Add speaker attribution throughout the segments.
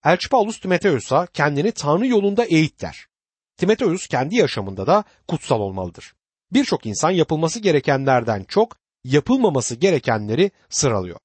Speaker 1: Elçi Paulus Timoteus'a kendini Tanrı yolunda eğit der. Timoteus kendi yaşamında da kutsal olmalıdır. Birçok insan yapılması gerekenlerden çok yapılmaması gerekenleri sıralıyor.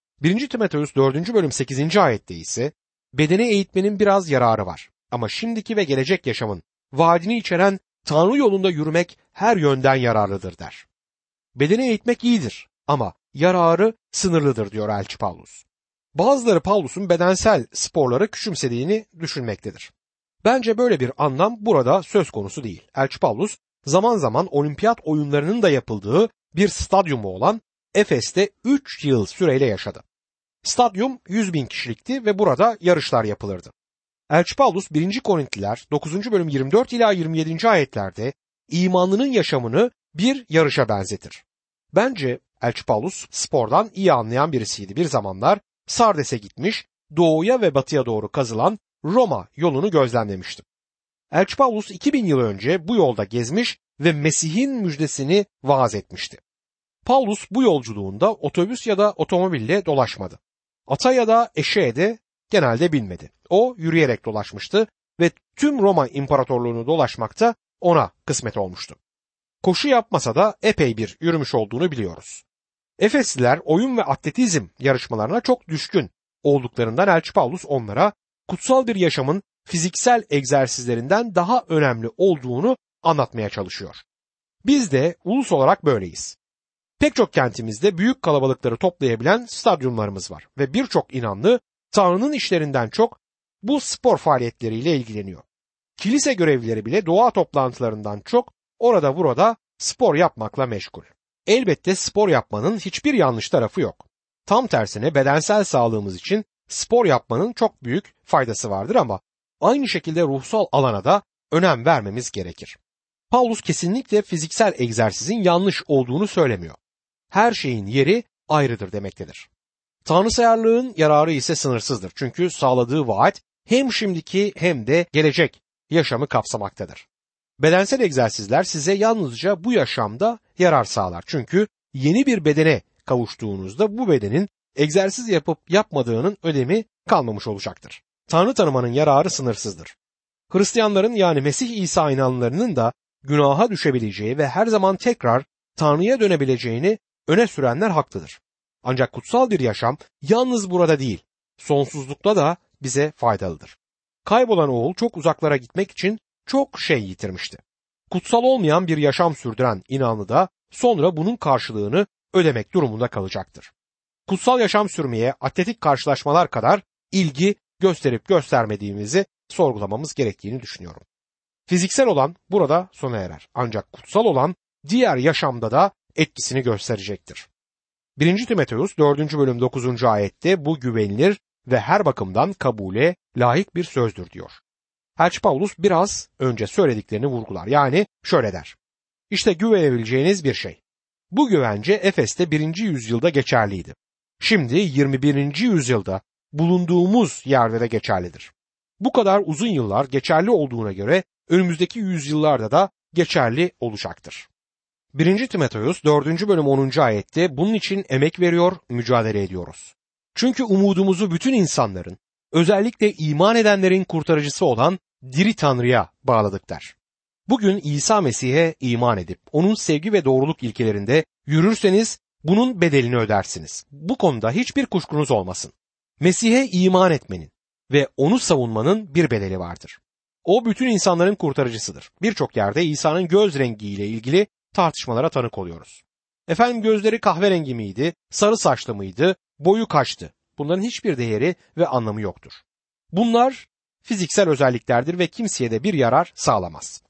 Speaker 1: 1. Timoteus 4. bölüm 8. ayette ise bedeni eğitmenin biraz yararı var. Ama şimdiki ve gelecek yaşamın vaadini içeren Tanrı yolunda yürümek her yönden yararlıdır der. Bedeni eğitmek iyidir ama yararı sınırlıdır diyor Elçi Paulus. Bazıları Paulus'un bedensel sporları küçümsediğini düşünmektedir. Bence böyle bir anlam burada söz konusu değil. Elçi Paulus zaman zaman olimpiyat oyunlarının da yapıldığı bir stadyumu olan Efes'te 3 yıl süreyle yaşadı. Stadyum 100.000 kişilikti ve burada yarışlar yapılırdı. Elçi Paulus 1. Korintliler 9. bölüm 24 ila 27. ayetlerde imanlının yaşamını bir yarışa benzetir. Bence Elçi Paulus spordan iyi anlayan birisiydi. Bir zamanlar Sardes'e gitmiş, doğuya ve batıya doğru kazılan Roma yolunu gözlemlemişti. Elçi Paulus 2000 yıl önce bu yolda gezmiş ve Mesih'in müjdesini vaaz etmişti. Paulus bu yolculuğunda otobüs ya da otomobille dolaşmadı. Ata ya da eşeğe de genelde binmedi. O yürüyerek dolaşmıştı ve tüm Roma İmparatorluğunu dolaşmakta ona kısmet olmuştu. Koşu yapmasa da epey bir yürümüş olduğunu biliyoruz. Efesliler oyun ve atletizm yarışmalarına çok düşkün olduklarından Elçi Paulus onlara kutsal bir yaşamın fiziksel egzersizlerinden daha önemli olduğunu anlatmaya çalışıyor. Biz de ulus olarak böyleyiz. Pek çok kentimizde büyük kalabalıkları toplayabilen stadyumlarımız var ve birçok inanlı Tanrı'nın işlerinden çok bu spor faaliyetleriyle ilgileniyor. Kilise görevlileri bile dua toplantılarından çok orada burada spor yapmakla meşgul. Elbette spor yapmanın hiçbir yanlış tarafı yok. Tam tersine bedensel sağlığımız için spor yapmanın çok büyük faydası vardır ama aynı şekilde ruhsal alana da önem vermemiz gerekir. Paulus kesinlikle fiziksel egzersizin yanlış olduğunu söylemiyor. Her şeyin yeri ayrıdır demektedir. Tanrısayarlığın yararı ise sınırsızdır. Çünkü sağladığı vaat hem şimdiki hem de gelecek yaşamı kapsamaktadır. Bedensel egzersizler size yalnızca bu yaşamda yarar sağlar. Çünkü yeni bir bedene kavuştuğunuzda bu bedenin egzersiz yapıp yapmadığının önemi kalmamış olacaktır. Tanrı tanımanın yararı sınırsızdır. Hristiyanların yani Mesih İsa inananlarının da günaha düşebileceği ve her zaman tekrar Tanrı'ya dönebileceğini öne sürenler haklıdır. Ancak kutsal bir yaşam yalnız burada değil, sonsuzlukta da bize faydalıdır. Kaybolan oğul çok uzaklara gitmek için çok şey yitirmişti. Kutsal olmayan bir yaşam sürdüren inanlı da sonra bunun karşılığını ödemek durumunda kalacaktır. Kutsal yaşam sürmeye atletik karşılaşmalar kadar ilgi gösterip göstermediğimizi sorgulamamız gerektiğini düşünüyorum. Fiziksel olan burada sona erer. Ancak kutsal olan diğer yaşamda da etkisini gösterecektir. 1. Timoteus 4. bölüm 9. ayette bu güvenilir ve her bakımdan kabule layık bir sözdür diyor. Elçi Paulus biraz önce söylediklerini vurgular. Yani şöyle der. İşte güvenebileceğiniz bir şey. Bu güvence Efes'te 1. yüzyılda geçerliydi. Şimdi 21. yüzyılda bulunduğumuz yerde de geçerlidir. Bu kadar uzun yıllar geçerli olduğuna göre önümüzdeki yüzyıllarda da geçerli olacaktır. 1. Timoteus 4. bölüm 10. ayette bunun için emek veriyor, mücadele ediyoruz. Çünkü umudumuzu bütün insanların, özellikle iman edenlerin kurtarıcısı olan diri Tanrı'ya bağladık der. Bugün İsa Mesih'e iman edip onun sevgi ve doğruluk ilkelerinde yürürseniz bunun bedelini ödersiniz. Bu konuda hiçbir kuşkunuz olmasın. Mesih'e iman etmenin ve onu savunmanın bir bedeli vardır. O bütün insanların kurtarıcısıdır. Birçok yerde İsa'nın göz rengiyle ilgili tartışmalara tanık oluyoruz. Efendim gözleri kahverengi miydi, sarı saçlı mıydı, boyu kaçtı? Bunların hiçbir değeri ve anlamı yoktur. Bunlar fiziksel özelliklerdir ve kimseye de bir yarar sağlamaz.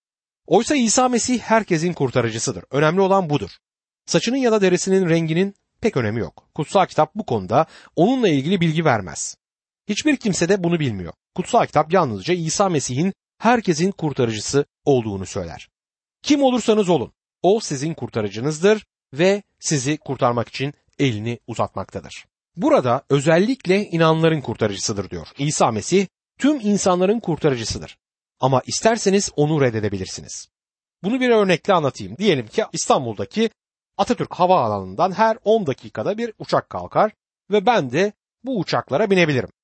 Speaker 1: Oysa İsa Mesih herkesin kurtarıcısıdır. Önemli olan budur. Saçının ya da derisinin renginin pek önemi yok. Kutsal kitap bu konuda onunla ilgili bilgi vermez. Hiçbir kimse de bunu bilmiyor. Kutsal kitap yalnızca İsa Mesih'in herkesin kurtarıcısı olduğunu söyler. Kim olursanız olun, o sizin kurtarıcınızdır ve sizi kurtarmak için elini uzatmaktadır. Burada özellikle inananların kurtarıcısıdır diyor. İsa Mesih tüm insanların kurtarıcısıdır. Ama isterseniz onu reddedebilirsiniz. Bunu bir örnekle anlatayım. Diyelim ki İstanbul'daki Atatürk Havaalanı'ndan her 10 dakikada bir uçak kalkar ve ben de bu uçaklara binebilirim.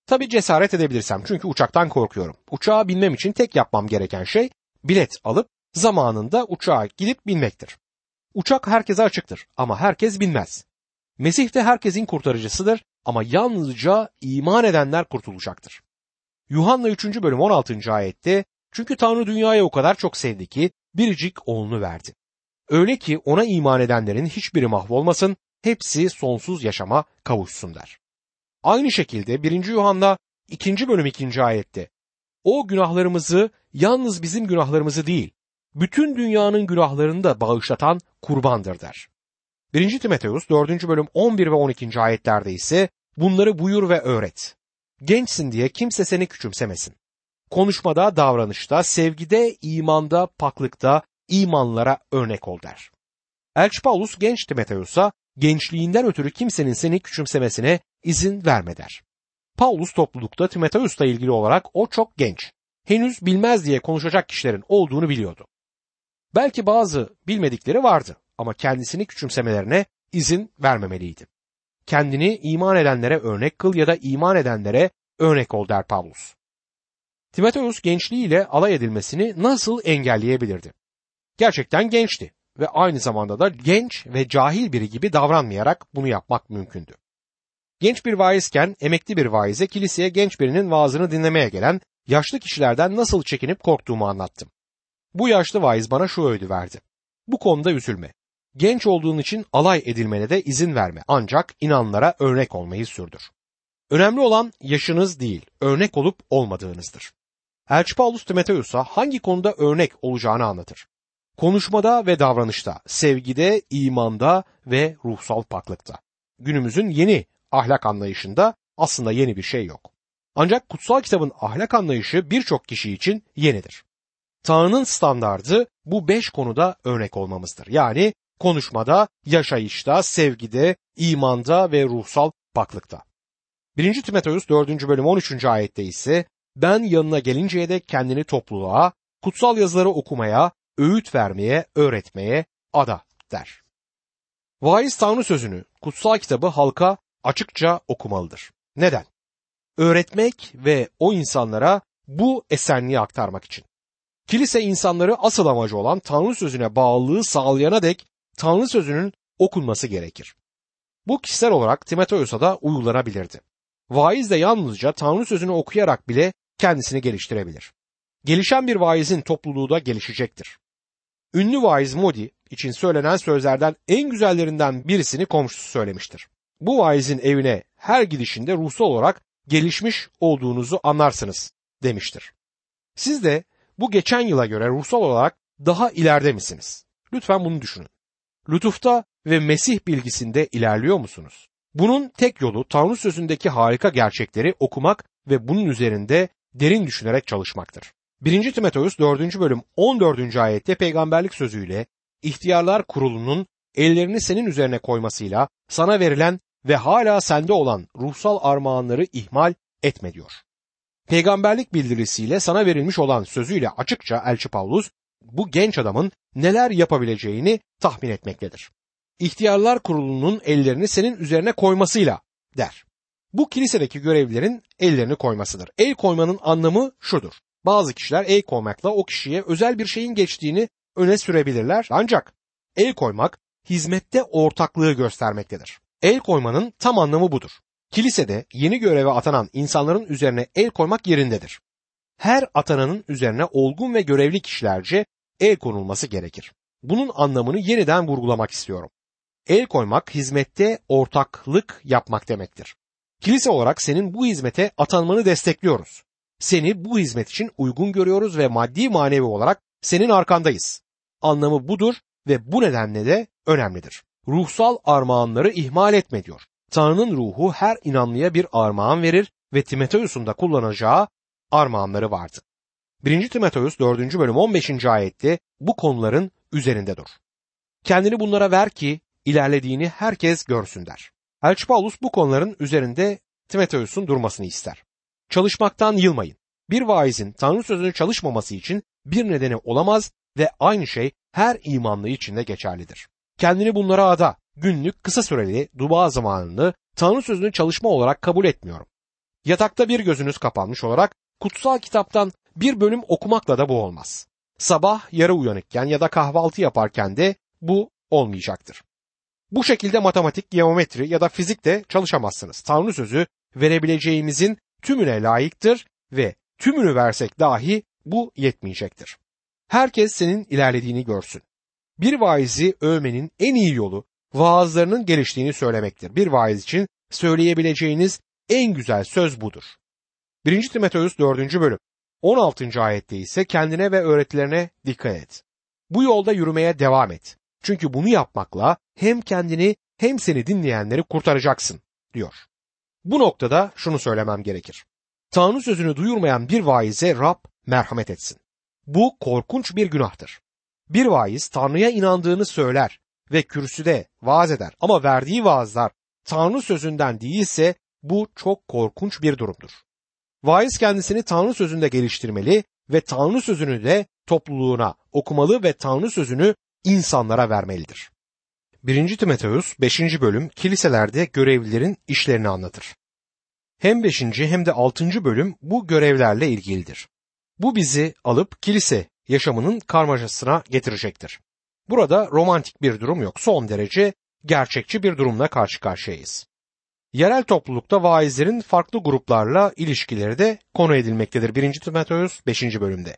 Speaker 1: Tabii cesaret edebilirsem, çünkü uçaktan korkuyorum. Uçağa binmem için tek yapmam gereken şey bilet alıp zamanında uçağa gidip binmektir. Uçak herkese açıktır ama herkes binmez. Mesih de herkesin kurtarıcısıdır ama yalnızca iman edenler kurtulacaktır. Yuhanna 3. bölüm 16. ayette, çünkü Tanrı dünyayı o kadar çok sevdi ki biricik oğlunu verdi. Öyle ki ona iman edenlerin hiçbiri mahvolmasın, hepsi sonsuz yaşama kavuşsun der. Aynı şekilde 1. Yuhanna 2. bölüm 2. ayette, o günahlarımızı, yalnız bizim günahlarımızı değil, bütün dünyanın günahlarını da bağışlatan kurbandır der. 1. Timoteus 4. bölüm 11 ve 12. ayetlerde ise bunları buyur ve öğret. Gençsin diye kimse seni küçümsemesin. Konuşmada, davranışta, sevgide, imanda, paklıkta imanlara örnek ol der. Elçi Paulus genç Timoteus'a gençliğinden ötürü kimsenin seni küçümsemesine izin verme der. Paulus toplulukta Timoteus'la ilgili olarak o çok genç, henüz bilmez diye konuşacak kişilerin olduğunu biliyordu. Belki bazı bilmedikleri vardı ama kendisini küçümsemelerine izin vermemeliydi. Kendini iman edenlere örnek kıl ya da iman edenlere örnek ol der Paulus. Timoteus gençliğiyle alay edilmesini nasıl engelleyebilirdi? Gerçekten gençti ve aynı zamanda da genç ve cahil biri gibi davranmayarak bunu yapmak mümkündü. Genç bir vaizken emekli bir vaize kiliseye genç birinin vaazını dinlemeye gelen yaşlı kişilerden nasıl çekinip korktuğumu anlattım. Bu yaşlı vaiz bana şu öğüdü verdi. Bu konuda üzülme. Genç olduğun için alay edilmene de izin verme, ancak inanlara örnek olmayı sürdür. Önemli olan yaşınız değil, örnek olup olmadığınızdır. Elçi Paulus Timoteus'a hangi konuda örnek olacağını anlatır. Konuşmada ve davranışta, sevgide, imanda ve ruhsal paklıkta. Günümüzün yeni ahlak anlayışında aslında yeni bir şey yok. Ancak kutsal kitabın ahlak anlayışı birçok kişi için yenidir. Tanrı'nın standardı bu 5 konuda örnek olmamızdır. Yani konuşmada, yaşayışta, sevgide, imanda ve ruhsal paklıkta. 1. Timoteus 4. bölüm 13. ayette ise ben yanına gelinceye dek kendini topluluğa, kutsal yazıları okumaya, öğüt vermeye, öğretmeye ada der. Vaiz Tanrı sözünü, kutsal kitabı halka açıkça okumalıdır. Neden? Öğretmek ve o insanlara bu esenliği aktarmak için. Kilise insanları asıl amacı olan Tanrı sözüne bağlılığı sağlayana dek Tanrı sözünün okunması gerekir. Bu kişisel olarak Timoteus'a da uygulanabilirdi. Vaiz de yalnızca Tanrı sözünü okuyarak bile kendisini geliştirebilir. Gelişen bir vaizin topluluğu da gelişecektir. Ünlü vaiz Moody için söylenen sözlerden en güzellerinden birisini komşusu söylemiştir. Bu vaizin evine her gidişinde ruhsal olarak gelişmiş olduğunuzu anlarsınız demiştir. Siz de bu geçen yıla göre ruhsal olarak daha ileride misiniz? Lütfen bunu düşünün. Lütufta ve Mesih bilgisinde ilerliyor musunuz? Bunun tek yolu Tanrı sözündeki harika gerçekleri okumak ve bunun üzerinde derin düşünerek çalışmaktır. 1. Timoteus 4. bölüm 14. ayette peygamberlik sözüyle ihtiyarlar kurulunun ellerini senin üzerine koymasıyla sana verilen ve hala sende olan ruhsal armağanları ihmal etme diyor. Peygamberlik bildirisiyle sana verilmiş olan sözüyle açıkça Elçi Paulus bu genç adamın neler yapabileceğini tahmin etmektedir. İhtiyarlar kurulunun ellerini senin üzerine koymasıyla der. Bu kilisedeki görevlilerin ellerini koymasıdır. El koymanın anlamı şudur. Bazı kişiler el koymakla o kişiye özel bir şeyin geçtiğini öne sürebilirler. Ancak el koymak hizmette ortaklığı göstermektedir. El koymanın tam anlamı budur. Kilisede yeni göreve atanan insanların üzerine el koymak yerindedir. Her atananın üzerine olgun ve görevli kişilerce el konulması gerekir. Bunun anlamını yeniden vurgulamak istiyorum. El koymak hizmette ortaklık yapmak demektir. Kilise olarak senin bu hizmete atanmanı destekliyoruz. Seni bu hizmet için uygun görüyoruz ve maddi manevi olarak senin arkandayız. Anlamı budur ve bu nedenle de önemlidir. Ruhsal armağanları ihmal etme diyor. Tanrı'nın ruhu her inanlıya bir armağan verir ve Timoteus'un da kullanacağı armağanları vardı. 1. Timoteus 4. bölüm 15. ayette bu konuların üzerinde dur. Kendini bunlara ver ki ilerlediğini herkes görsün der. Elçi Paulus bu konuların üzerinde Timoteus'un durmasını ister. Çalışmaktan yılmayın. Bir vaizin Tanrı sözünü çalışmaması için bir nedeni olamaz ve aynı şey her imanlı için de geçerlidir. Kendini bunlara ada, günlük kısa süreli dua zamanını Tanrı sözünü çalışma olarak kabul etmiyorum. Yatakta bir gözünüz kapanmış olarak kutsal kitaptan bir bölüm okumakla da bu olmaz. Sabah yarı uyanıkken ya da kahvaltı yaparken de bu olmayacaktır. Bu şekilde matematik, geometri ya da fizikte çalışamazsınız. Tanrı sözü verebileceğimizin tümüne layıktır ve tümünü versek dahi bu yetmeyecektir. Herkes senin ilerlediğini görsün. Bir vaizi övmenin en iyi yolu vaazlarının geliştiğini söylemektir. Bir vaiz için söyleyebileceğiniz en güzel söz budur. 1. Timoteus 4. bölüm 16. ayette ise kendine ve öğretilerine dikkat et. Bu yolda yürümeye devam et. Çünkü bunu yapmakla hem kendini hem seni dinleyenleri kurtaracaksın diyor. Bu noktada şunu söylemem gerekir. Tanrı sözünü duyurmayan bir vaize Rab merhamet etsin. Bu korkunç bir günahtır. Bir vaiz Tanrı'ya inandığını söyler ve kürsüde vaaz eder ama verdiği vaazlar Tanrı sözünden değilse bu çok korkunç bir durumdur. Vaiz kendisini Tanrı sözünde geliştirmeli ve Tanrı sözünü de topluluğuna okumalı ve Tanrı sözünü insanlara vermelidir. 1. Timoteus 5. bölüm kiliselerde görevlilerin işlerini anlatır. Hem 5. hem de 6. bölüm bu görevlerle ilgilidir. Bu bizi alıp kilise yaşamının karmaşasına getirecektir. Burada romantik bir durum yok. Son derece gerçekçi bir durumla karşı karşıyayız. Yerel toplulukta vaizlerin farklı gruplarla ilişkileri de konu edilmektedir 1. Timoteus 5. bölümde.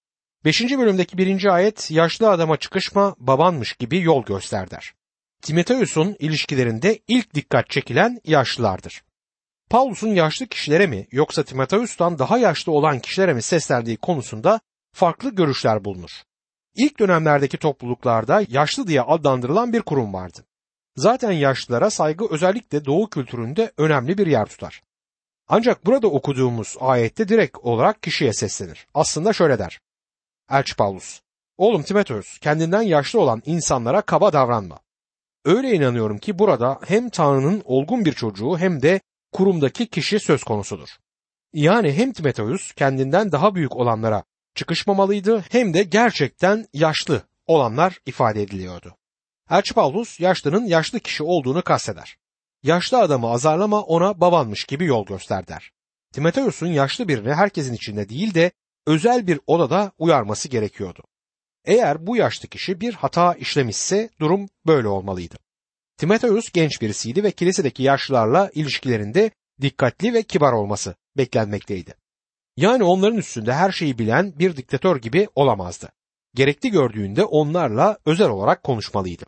Speaker 1: 5. bölümdeki 1. ayet yaşlı adama çıkışma babanmış gibi yol göster der. Timoteus'un ilişkilerinde ilk dikkat çekilen yaşlılardır. Paulus'un yaşlı kişilere mi yoksa Timoteus'tan daha yaşlı olan kişilere mi seslendiği konusunda farklı görüşler bulunur. İlk dönemlerdeki topluluklarda yaşlı diye adlandırılan bir kurum vardı. Zaten yaşlılara saygı özellikle Doğu kültüründe önemli bir yer tutar. Ancak burada okuduğumuz ayette direkt olarak kişiye seslenir. Aslında şöyle der. Elçi Paulus, oğlum Timoteus, kendinden yaşlı olan insanlara kaba davranma. Öyle inanıyorum ki burada hem Tanrı'nın olgun bir çocuğu hem de kurumdaki kişi söz konusudur. Yani hem Timoteus kendinden daha büyük olanlara çıkışmamalıydı hem de gerçekten yaşlı olanlar ifade ediliyordu. Elçi Paulus yaşlının yaşlı kişi olduğunu kasteder. Yaşlı adamı azarlama, ona babanmış gibi yol göster der. Timoteus'un yaşlı birini herkesin içinde değil de özel bir odada uyarması gerekiyordu. Eğer bu yaşlı kişi bir hata işlemişse durum böyle olmalıydı. Timoteus genç birisiydi ve kilisedeki yaşlılarla ilişkilerinde dikkatli ve kibar olması beklenmekteydi. Yani onların üstünde her şeyi bilen bir diktatör gibi olamazdı. Gerekli gördüğünde onlarla özel olarak konuşmalıydı.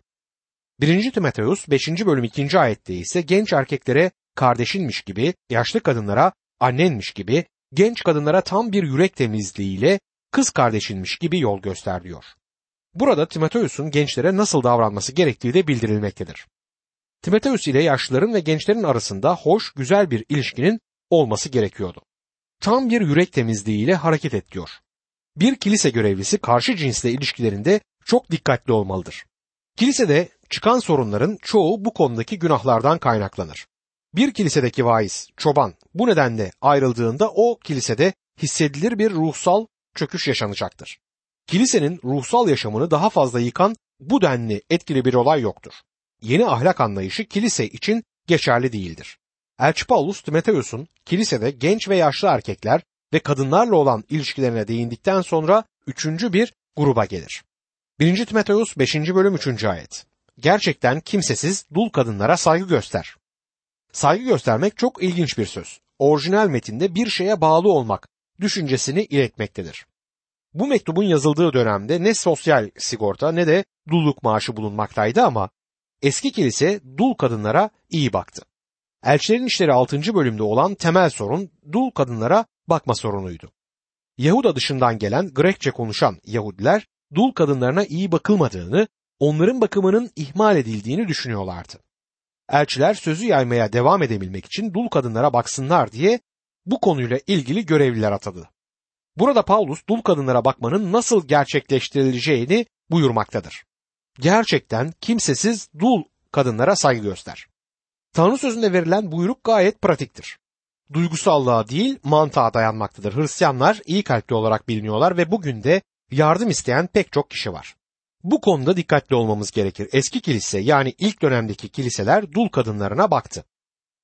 Speaker 1: 1. Timoteus 5. bölüm 2. ayette ise genç erkeklere kardeşinmiş gibi, yaşlı kadınlara annenmiş gibi, genç kadınlara tam bir yürek temizliğiyle kız kardeşinmiş gibi yol göster diyor. Burada Timoteus'un gençlere nasıl davranması gerektiği de bildirilmektedir. Timoteus ile yaşlıların ve gençlerin arasında hoş, güzel bir ilişkinin olması gerekiyordu. Tam bir yürek temizliğiyle hareket et diyor. Bir kilise görevlisi karşı cinsle ilişkilerinde çok dikkatli olmalıdır. Kilisede çıkan sorunların çoğu bu konudaki günahlardan kaynaklanır. Bir kilisedeki vaiz, çoban bu nedenle ayrıldığında o kilisede hissedilir bir ruhsal çöküş yaşanacaktır. Kilisenin ruhsal yaşamını daha fazla yıkan bu denli etkili bir olay yoktur. Yeni ahlak anlayışı kilise için geçerli değildir. Elçi Paulus Timoteus'un kilisede genç ve yaşlı erkekler ve kadınlarla olan ilişkilerine değindikten sonra üçüncü bir gruba gelir. 1. Timoteus 5. bölüm 3. ayet. Gerçekten kimsesiz dul kadınlara saygı göster. Saygı göstermek çok ilginç bir söz. Orijinal metinde bir şeye bağlı olmak düşüncesini iletmektedir. Bu mektubun yazıldığı dönemde ne sosyal sigorta ne de dulluk maaşı bulunmaktaydı ama eski kilise dul kadınlara iyi baktı. Elçilerin İşleri 6. bölümde olan temel sorun dul kadınlara bakma sorunuydu. Yahuda dışından gelen Grekçe konuşan Yahudiler dul kadınlarına iyi bakılmadığını, onların bakımının ihmal edildiğini düşünüyorlardı. Elçiler sözü yaymaya devam edebilmek için dul kadınlara baksınlar diye bu konuyla ilgili görevliler atadı. Burada Paulus dul kadınlara bakmanın nasıl gerçekleştirileceğini buyurmaktadır. Gerçekten kimsesiz dul kadınlara saygı göster. Tanrı sözünde verilen buyruk gayet pratiktir. Duygusallığa değil mantığa dayanmaktadır. Hristiyanlar iyi kalpli olarak biliniyorlar ve bugün de yardım isteyen pek çok kişi var. Bu konuda dikkatli olmamız gerekir. Eski kilise yani ilk dönemdeki kiliseler dul kadınlarına baktı.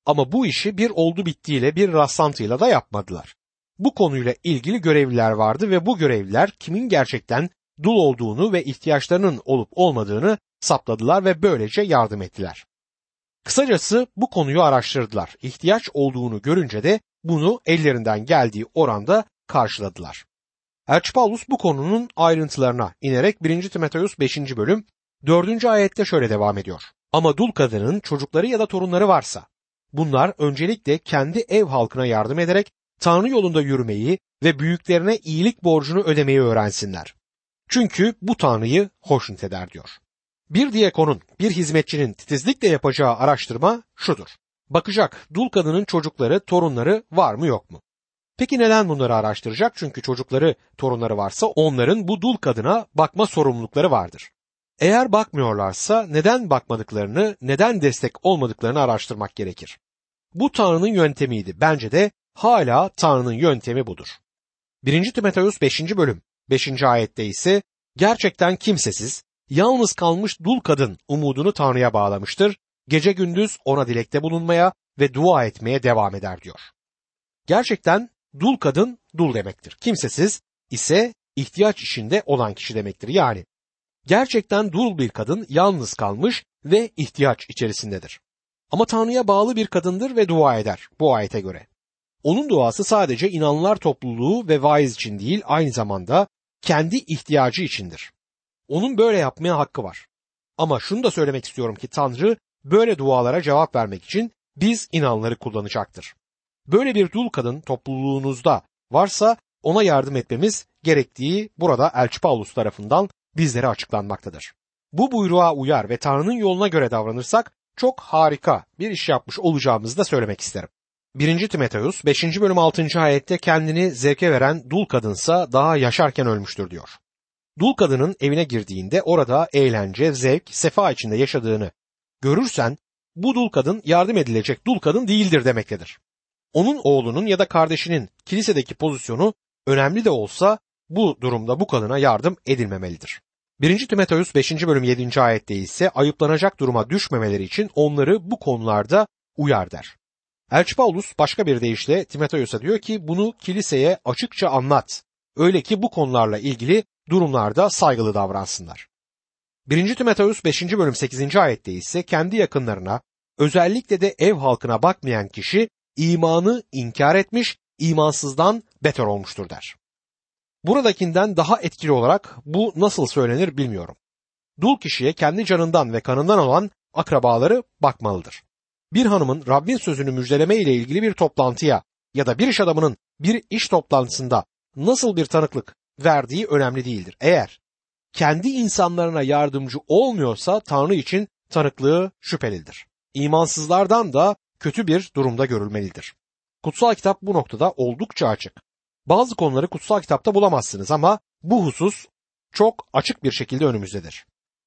Speaker 1: Ama bu işi bir oldu bittiyle, bir rastlantıyla da yapmadılar. Bu konuyla ilgili görevliler vardı ve bu görevliler kimin gerçekten dul olduğunu ve ihtiyaçlarının olup olmadığını saptadılar ve böylece yardım ettiler. Kısacası bu konuyu araştırdılar. İhtiyaç olduğunu görünce de bunu ellerinden geldiği oranda karşıladılar. Elçi Paulus bu konunun ayrıntılarına inerek 1. Timoteus 5. bölüm 4. ayette şöyle devam ediyor. Ama dul kadının çocukları ya da torunları varsa, bunlar öncelikle kendi ev halkına yardım ederek Tanrı yolunda yürümeyi ve büyüklerine iyilik borcunu ödemeyi öğrensinler. Çünkü bu Tanrı'yı hoşnut eder diyor. Bir diyakonun, bir hizmetçinin titizlikle yapacağı araştırma şudur. Bakacak, dul kadının çocukları, torunları var mı yok mu? Peki neden bunları araştıracak? Çünkü çocukları, torunları varsa onların bu dul kadına bakma sorumlulukları vardır. Eğer bakmıyorlarsa neden bakmadıklarını, neden destek olmadıklarını araştırmak gerekir. Bu Tanrı'nın yöntemiydi. Bence de hala Tanrı'nın yöntemi budur. 1. Timoteus 5. bölüm 5. ayette ise gerçekten kimsesiz, yalnız kalmış dul kadın umudunu Tanrı'ya bağlamıştır. Gece gündüz ona dilekte bulunmaya ve dua etmeye devam eder diyor. Gerçekten dul kadın dul demektir. Kimsesiz ise ihtiyaç içinde olan kişi demektir. Yani gerçekten dul bir kadın yalnız kalmış ve ihtiyaç içerisindedir. Ama Tanrı'ya bağlı bir kadındır ve dua eder bu ayete göre. Onun duası sadece inanlılar topluluğu ve vaiz için değil, aynı zamanda kendi ihtiyacı içindir. Onun böyle yapmaya hakkı var. Ama şunu da söylemek istiyorum ki Tanrı böyle dualara cevap vermek için biz inanları kullanacaktır. Böyle bir dul kadın topluluğunuzda varsa ona yardım etmemiz gerektiği burada Elçi Paulus tarafından bizlere açıklanmaktadır. Bu buyruğa uyar ve Tanrı'nın yoluna göre davranırsak çok harika bir iş yapmış olacağımızı da söylemek isterim. 1. Timoteus 5. bölüm 6. ayette kendini zevke veren dul kadınsa daha yaşarken ölmüştür diyor. Dul kadının evine girdiğinde orada eğlence, zevk, sefa içinde yaşadığını görürsen bu dul kadın yardım edilecek dul kadın değildir demektedir. Onun oğlunun ya da kardeşinin kilisedeki pozisyonu önemli de olsa bu durumda bu kadına yardım edilmemelidir. 1. Timoteus 5. bölüm 7. ayette ise ayıplanacak duruma düşmemeleri için onları bu konularda uyar der. Elçi Paulus başka bir deyişle Timoteus'a diyor ki bunu kiliseye açıkça anlat. Öyle ki bu konularla ilgili durumlarda saygılı davransınlar. 1. Timoteus 5. bölüm 8. ayette ise kendi yakınlarına, özellikle de ev halkına bakmayan kişi imanı inkar etmiş, imansızdan beter olmuştur der. Buradakinden daha etkili olarak bu nasıl söylenir bilmiyorum. Dul kişiye kendi canından ve kanından olan akrabaları bakmalıdır. Bir hanımın Rabbin sözünü müjdeleme ile ilgili bir toplantıya ya da bir iş adamının bir iş toplantısında nasıl bir tanıklık verdiği önemli değildir. Eğer kendi insanlarına yardımcı olmuyorsa Tanrı için tanıklığı şüphelidir. İmansızlardan da kötü bir durumda görülmelidir. Kutsal kitap bu noktada oldukça açık. Bazı konuları kutsal kitapta bulamazsınız ama bu husus çok açık bir şekilde önümüzdedir.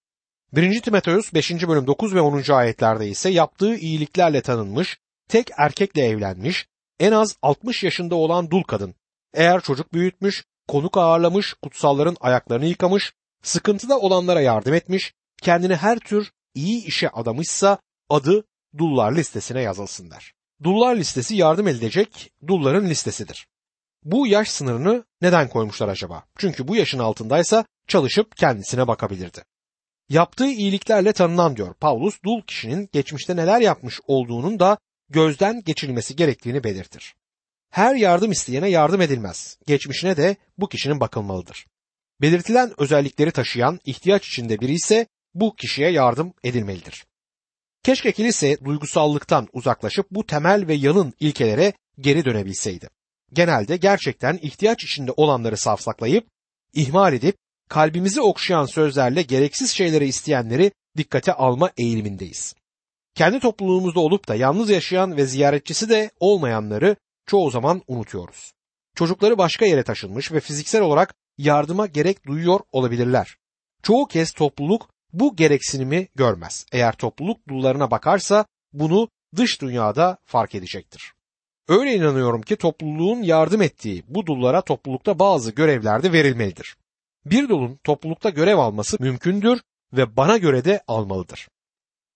Speaker 1: 1. Timoteus 5. bölüm 9 ve 10. ayetlerde ise yaptığı iyiliklerle tanınmış, tek erkekle evlenmiş, en az 60 yaşında olan dul kadın, eğer çocuk büyütmüş, konuk ağırlamış, kutsalların ayaklarını yıkamış, sıkıntıda olanlara yardım etmiş, kendini her tür iyi işe adamışsa adı dullar listesine yazılsın der. Dullar listesi yardım edilecek dulların listesidir. Bu yaş sınırını neden koymuşlar acaba? Çünkü bu yaşın altındaysa çalışıp kendisine bakabilirdi. Yaptığı iyiliklerle tanınan diyor Paulus, dul kişinin geçmişte neler yapmış olduğunun da gözden geçirilmesi gerektiğini belirtir. Her yardım isteyene yardım edilmez. Geçmişine de bu kişinin bakılmalıdır. Belirtilen özellikleri taşıyan ihtiyaç içinde biri ise bu kişiye yardım edilmelidir. Keşke kilise duygusallıktan uzaklaşıp bu temel ve yalın ilkelere geri dönebilseydi. Genelde gerçekten ihtiyaç içinde olanları safsaklayıp, ihmal edip, kalbimizi okşayan sözlerle gereksiz şeyleri isteyenleri dikkate alma eğilimindeyiz. Kendi topluluğumuzda olup da yalnız yaşayan ve ziyaretçisi de olmayanları çoğu zaman unutuyoruz. Çocukları başka yere taşınmış ve fiziksel olarak yardıma gerek duyuyor olabilirler. Çoğu kez topluluk bu gereksinimi görmez. Eğer topluluk dullarına bakarsa bunu dış dünyada fark edecektir. Öyle inanıyorum ki topluluğun yardım ettiği bu dullara toplulukta bazı görevler de verilmelidir. Bir dulun toplulukta görev alması mümkündür ve bana göre de almalıdır.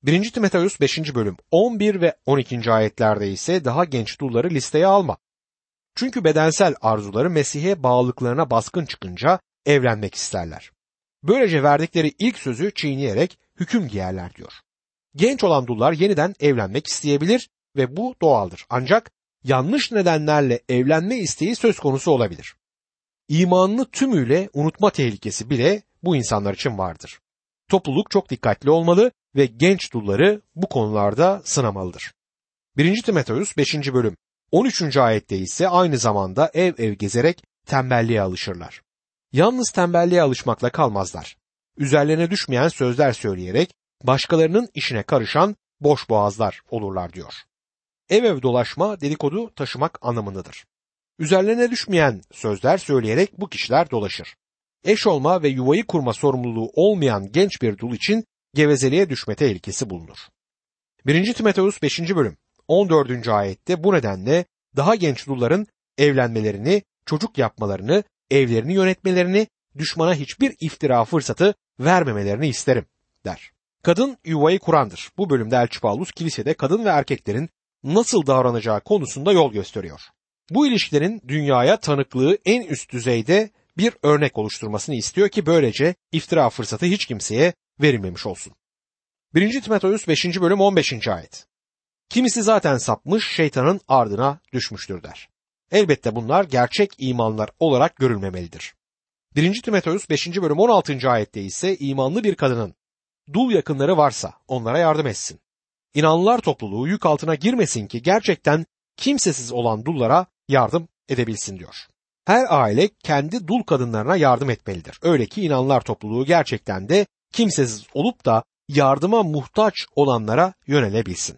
Speaker 1: 1. Timoteus 5. bölüm 11 ve 12. ayetlerde ise daha genç dulları listeye alma. Çünkü bedensel arzuları Mesih'e bağlılıklarına baskın çıkınca evlenmek isterler. Böylece verdikleri ilk sözü çiğneyerek hüküm giyerler diyor. Genç olan dullar yeniden evlenmek isteyebilir ve bu doğaldır. Ancak yanlış nedenlerle evlenme isteği söz konusu olabilir. İmanını tümüyle unutma tehlikesi bile bu insanlar için vardır. Topluluk çok dikkatli olmalı ve genç dulları bu konularda sınamalıdır. 1. Timoteus 5. bölüm 13. ayette ise aynı zamanda ev ev gezerek tembelliğe alışırlar. Yalnız tembelliğe alışmakla kalmazlar. Üzerlerine düşmeyen sözler söyleyerek başkalarının işine karışan boş boğazlar olurlar diyor. Ev ev dolaşma dedikodu taşımak anlamındadır. Üzerlerine düşmeyen sözler söyleyerek bu kişiler dolaşır. Eş olma ve yuvayı kurma sorumluluğu olmayan genç bir dul için gevezeliğe düşme tehlikesi bulunur. 1. Timoteus 5. bölüm 14. ayette bu nedenle daha genç dulların evlenmelerini, çocuk yapmalarını, evlerini yönetmelerini, düşmana hiçbir iftira fırsatı vermemelerini isterim der. Kadın yuvayı kurandır. Bu bölümde Elçi Paulus kilisede kadın ve erkeklerin nasıl davranacağı konusunda yol gösteriyor. Bu ilişkilerin dünyaya tanıklığı en üst düzeyde bir örnek oluşturmasını istiyor ki böylece iftira fırsatı hiç kimseye verilmemiş olsun. 1. Timoteus 5. bölüm 15. ayet. Kimisi zaten sapmış, şeytanın ardına düşmüştür der. Elbette bunlar gerçek imanlar olarak görülmemelidir. 1. Timoteus 5. bölüm 16. ayette ise imanlı bir kadının dul yakınları varsa onlara yardım etsin. İnanlılar topluluğu yük altına girmesin ki gerçekten kimsesiz olan dullara yardım edebilsin diyor. Her aile kendi dul kadınlarına yardım etmelidir. Öyle ki inanlılar topluluğu gerçekten de kimsesiz olup da yardıma muhtaç olanlara yönelebilsin.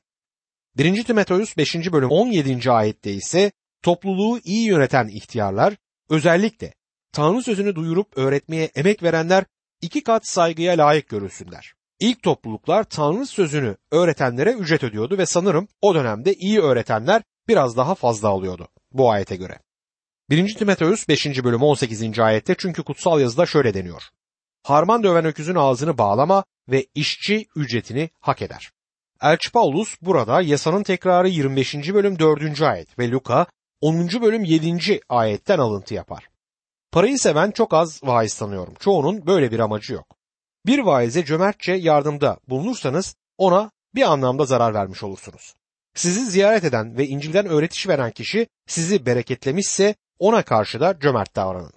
Speaker 1: 1. Timoteus 5. bölüm 17. ayette ise topluluğu iyi yöneten ihtiyarlar, özellikle Tanrı sözünü duyurup öğretmeye emek verenler 2 kat saygıya layık görülsünler. İlk topluluklar Tanrı sözünü öğretenlere ücret ödüyordu ve sanırım o dönemde iyi öğretenler biraz daha fazla alıyordu bu ayete göre. 1. Timoteus 5. bölüm 18. ayette çünkü kutsal yazıda şöyle deniyor. Harman döven öküzün ağzını bağlama ve işçi ücretini hak eder. Elçi Paulus burada yasanın tekrarı 25. bölüm 4. ayet ve Luka 10. bölüm 7. ayetten alıntı yapar. Parayı seven çok az vaiz tanıyorum. Çoğunun böyle bir amacı yok. Bir vaize cömertçe yardımda bulunursanız ona bir anlamda zarar vermiş olursunuz. Sizi ziyaret eden ve İncil'den öğretiş veren kişi sizi bereketlemişse ona karşı da cömert davranın.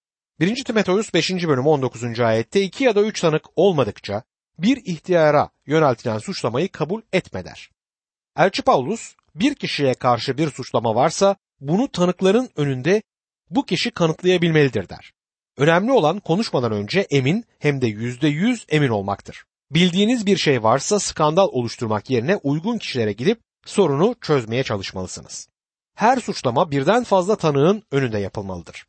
Speaker 1: 1. Timoteus 5. bölüm 19. ayette 2 ya da 3 tanık olmadıkça bir ihtiyara yöneltilen suçlamayı kabul etme der. Elçi Paulus bir kişiye karşı bir suçlama varsa bunu tanıkların önünde bu kişi kanıtlayabilmelidir der. Önemli olan konuşmadan önce emin hem de %100 emin olmaktır. Bildiğiniz bir şey varsa skandal oluşturmak yerine uygun kişilere gidip sorunu çözmeye çalışmalısınız. Her suçlama birden fazla tanığın önünde yapılmalıdır.